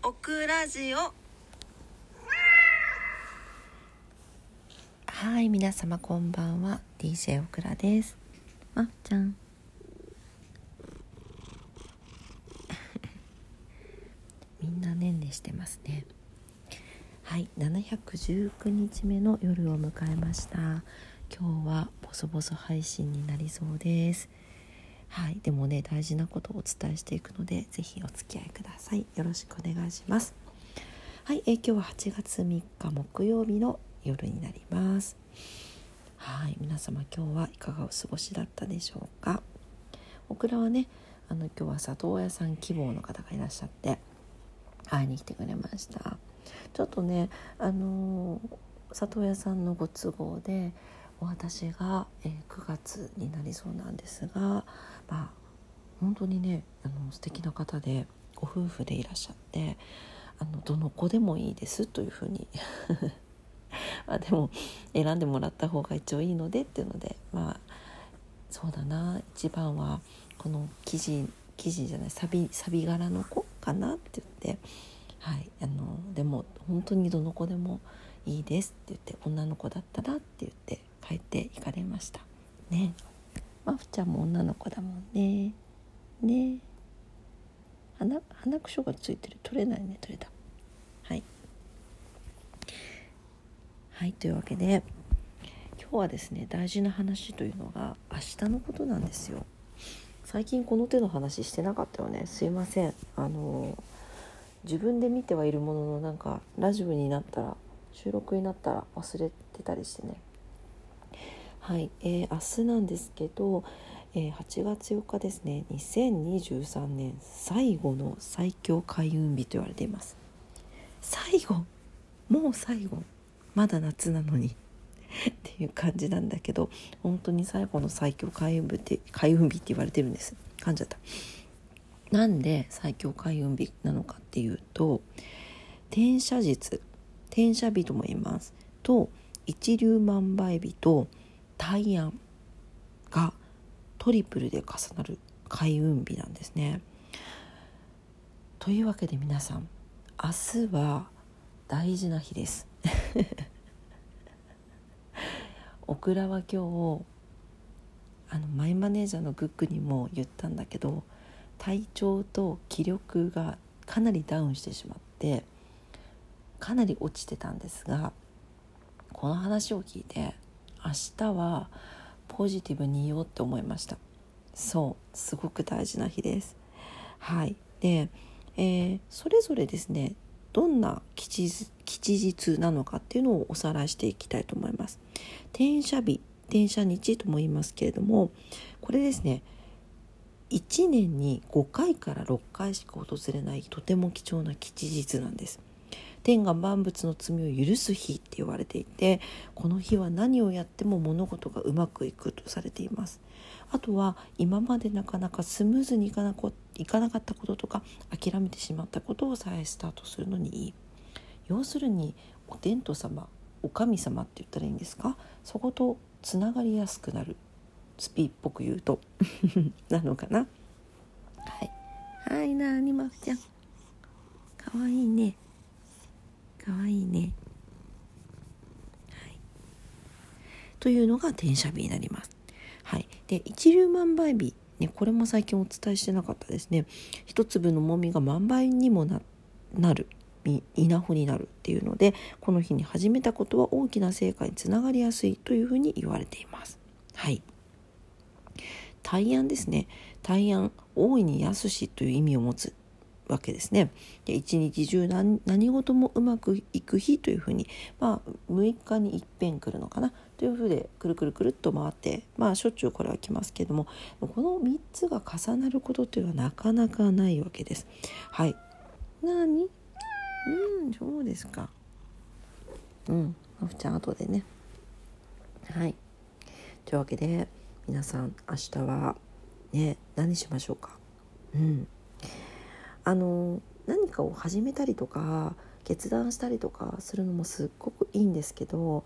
オクラジオ。 はい、皆様こんばんは。 DJ オクラです。まっちゃんみんなねんねしてますね。はい、719日目の夜を迎えました。今日はボソボソ配信になりそうです。はい、でもね、大事なことをお伝えしていくので、ぜひお付き合いください。よろしくお願いします。はい、今日は8月3日木曜日の夜になります。はい、皆様今日はいかがお過ごしだったでしょうか。オクラはね、今日は里親さん希望の方がいらっしゃって会いに来てくれました。ちょっとね、里親さんのご都合でお私が、9月になりそうなんですが、本当にね、素敵な方でご夫婦でいらっしゃって、どの子でもいいですというふうにでも選んでもらった方が一応いいのでっていうので、そうだな、一番はこの生地じゃない、サビ柄の子かなって言って、はい、でも本当にどの子でもいいですって言って、女の子だったらって言って帰っていかれましたね。マフちゃんも女の子だもんね。鼻くしょがついてる。取れないね。取れた。はい、というわけで今日はですね、大事な話というのが明日のことなんですよ。最近この手の話してなかったよね。すいません。自分で見てはいるものの、なんかラジオになったら、収録になったら忘れてたりしてね。はい、明日なんですけど、8月4日ですね、2023年最後の最強開運日と言われています。もう最後、まだ夏なのにっていう感じなんだけど、本当に最後の最強開運日って言われてるんです。噛んじゃった。なんで最強開運日なのかっていうと、転写日とも言いますと、一粒万倍日と大安がトリプルで重なる開運日なんですね。というわけで皆さん、明日は大事な日ですオクラは今日マイマネージャーのグックにも言ったんだけど、体調と気力がかなりダウンしてしまってかなり落ちてたんですが、この話を聞いて明日はポジティブにいようって思いました。そう、すごく大事な日です。はい。で、それぞれですね、どんな吉日なのかっていうのをおさらいしていきたいと思います。転写日とも言いますけれども、これですね、1年に5回から6回しか訪れないとても貴重な吉日なんです。天が万物の罪を許す日って言われていて、この日は何をやっても物事がうまくいくとされています。あとは今までなかなかスムーズにいかなかったこととか、諦めてしまったことを再スタートするのにいい。要するにお天道様、お神様って言ったらいいんですか、そことつながりやすくなる、スピっぽく言うとなのかな。はい、なにまふちゃん、かわいいね。はい、というのが転写日になります。はい。で、一粒万倍日、ね、これも最近お伝えしてなかったですね。一粒のもみが万倍にもなる、稲穂になるっていうので、この日に始めたことは大きな成果につながりやすいというふうに言われています。はい。大安ですね。大安、大いに安しという意味を持つわけですね。で、一日中何事もうまくいく日というふうに、6日に一遍来るのかなというふうで、くるくるくるっと回って、しょっちゅうこれは来ますけれども、この3つが重なることというのはなかなかないわけです。はい。そうですか。まふちゃん後でね。はい。というわけで皆さん、明日はね、何しましょうか。何かを始めたりとか決断したりとかするのもすっごくいいんですけど、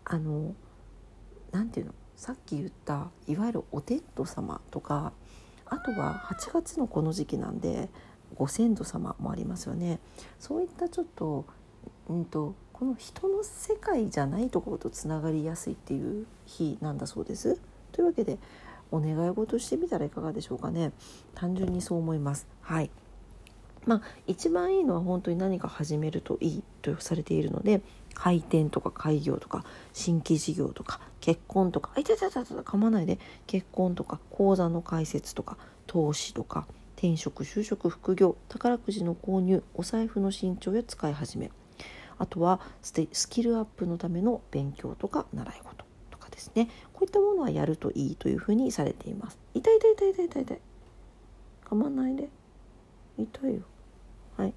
なんていうの、さっき言ったいわゆるお天道様とか、あとは8月のこの時期なんで、 ご先祖様もありますよね。そういったちょっと、この人の世界じゃないところとつながりやすいっていう日なんだそうです。というわけでお願い事してみたらいかがでしょうかね。単純にそう思います。はい。一番いいのは本当に何か始めるといいとされているので、開店とか開業とか新規事業とか結婚とか、噛まないで、結婚とか口座の開設とか投資とか転職就職副業宝くじの購入お財布の新調や使い始め、あとはスキルアップのための勉強とか習い事とかですね、こういったものはやるといいというふうにされています。痛い噛まないで、痛いよ。はい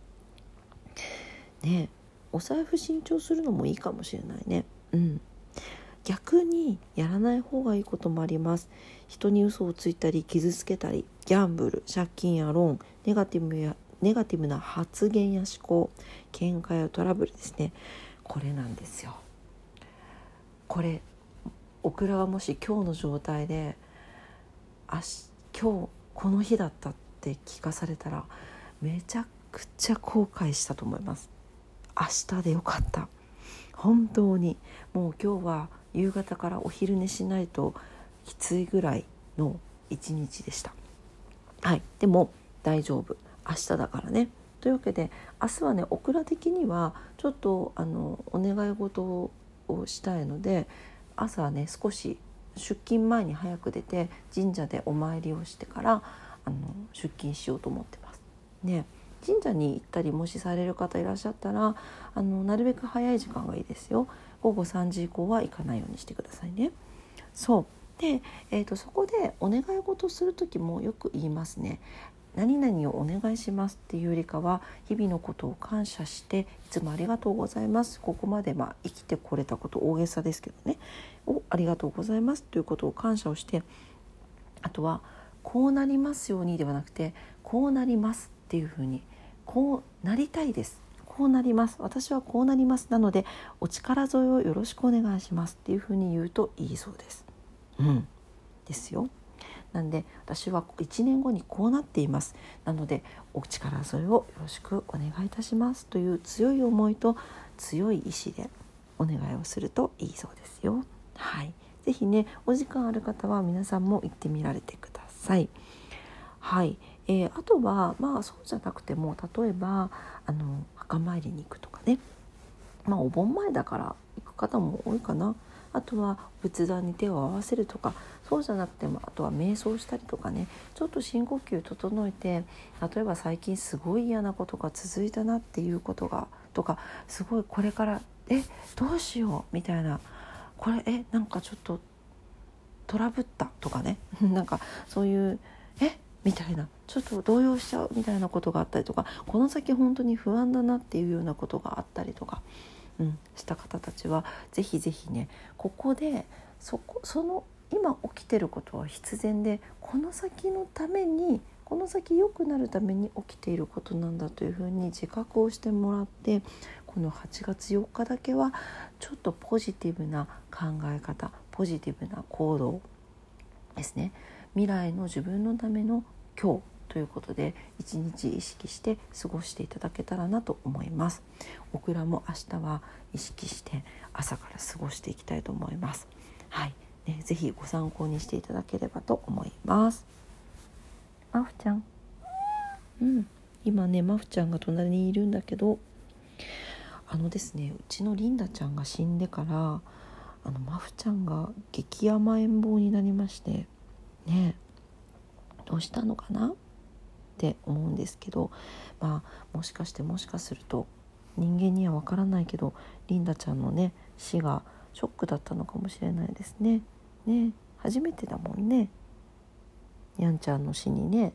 ね、お財布新調するのもいいかもしれないね。逆にやらない方がいいこともあります。人に嘘をついたり傷つけたり、ギャンブル、借金やローン、ネガティブな発言や思考、喧嘩やトラブルですね。これなんですよ。これオクラがもし今日の状態で今日この日だったって聞かされたらめちゃくちゃ後悔したと思います。明日でよかった。本当にもう今日は夕方からお昼寝しないときついぐらいの一日でした。はい、でも大丈夫、明日だからね。というわけで明日はね、オクラ的にはちょっとお願い事をしたいので、朝ね少し出勤前に早く出て神社でお参りをしてから出勤しようと思ってますね。神社に行ったりもしされる方いらっしゃったらなるべく早い時間がいいですよ。午後3時以降は行かないようにしてくださいね。そうで、そこでお願い事する時もよく言いますね。何々をお願いしますっていうよりかは、日々のことを感謝していつもありがとうございます、ここまで生きてこれたこと、大げさですけどね、ありがとうございますということを感謝をして、あとはこうなりますようにではなくて、こうなりますっていうふうに、こうなりたいです、こうなります、私はこうなります、なのでお力添えをよろしくお願いしますっていうふうに言うといいそうです。ですよ。なんで私は1年後にこうなっています、なのでお力添えをよろしくお願いいたしますという強い思いと強い意志でお願いをするといいそうですよ。はい、ぜひねお時間ある方は皆さんも行ってみられてください。はい、あとはそうじゃなくても、例えば墓参りに行くとかね、お盆前だから行く方も多いかな。あとは仏壇に手を合わせるとか、そうじゃなくてもあとは瞑想したりとかね、ちょっと深呼吸整えて、例えば最近すごい嫌なことが続いたなっていうことがとか、すごいこれからどうしようみたいな、これなんかちょっとトラブったとかねなんかそういうみたいな、ちょっと動揺しちゃうみたいなことがあったりとか、この先本当に不安だなっていうようなことがあったりとか、した方たちはぜひぜひね、ここでその今起きてることは必然で、この先のために、この先良くなるために起きていることなんだというふうに自覚をしてもらって、この8月4日だけはちょっとポジティブな考え方、ポジティブな行動ですね、未来の自分のための今日ということで一日意識して過ごしていただけたらなと思います。オクラも明日は意識して朝から過ごしていきたいと思います。はい、ぜひご参考にしていただければと思います。マフちゃん、今ねマフちゃんが隣にいるんだけど、ですね、うちのリンダちゃんが死んでからマフちゃんが激甘えん坊になりましてね、どうしたのかなって思うんですけど、もしかすると人間にはわからないけど、リンダちゃんのね死がショックだったのかもしれないですね。初めてだもんね、にゃんちゃんの死にね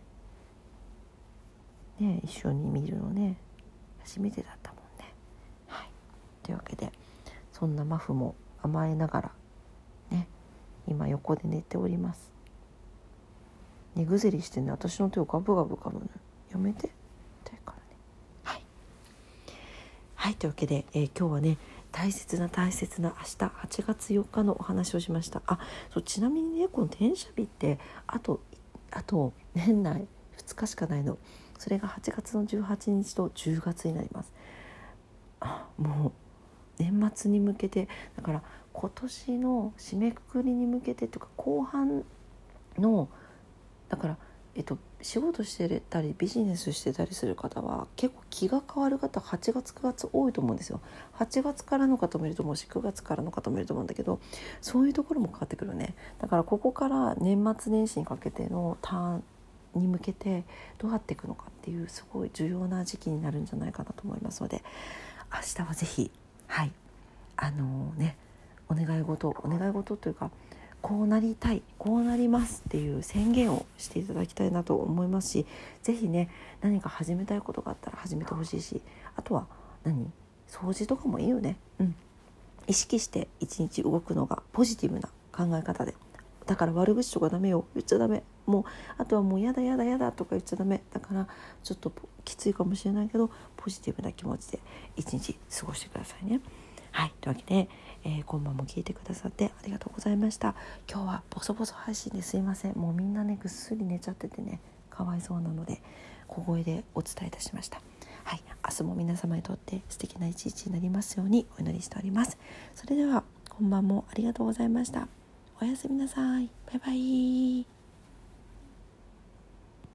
一緒に見るのね初めてだったもんね。はい、というわけでそんなマフも甘えながらね今横で寝ております。寝ぐぜりしてね、私の手をガブガブ噛むのやめて痛いからね。はい、というわけで、今日はね大切な明日8月4日のお話をしました。ちなみにね、この転写日ってあと年内2日しかないの。 それが8月の18日と10月になります。もう年末に向けて、だから今年の締めくくりに向けてとか後半の、だから仕事してたりビジネスしてたりする方は結構気が変わる方8月9月多いと思うんですよ。8月からの方もいると思うし9月からの方もいると思うんだけど、そういうところも変わってくるね。だからここから年末年始にかけてのターンに向けてどうやっていくのかっていうすごい重要な時期になるんじゃないかなと思いますので、明日はぜひお願い事というか、こうなりたい、こうなりますっていう宣言をしていただきたいなと思いますし、ぜひね何か始めたいことがあったら始めてほしいし、あとは掃除とかもいいよね。意識して一日動くのがポジティブな考え方で、だから悪口とかダメよ、言っちゃダメ。もうあとはもうやだとか言っちゃダメ。だからちょっときついかもしれないけどポジティブな気持ちで一日過ごしてくださいね。というわけで、今晩も聞いてくださってありがとうございました。今日はボソボソ配信ですいません。もうみんなねぐっすり寝ちゃっててね、かわいそうなので小声でお伝えいたしました。明日も皆様にとって素敵な一日になりますようにお祈りしております。それでは今晩もありがとうございました。おやすみなさい。バイバイ。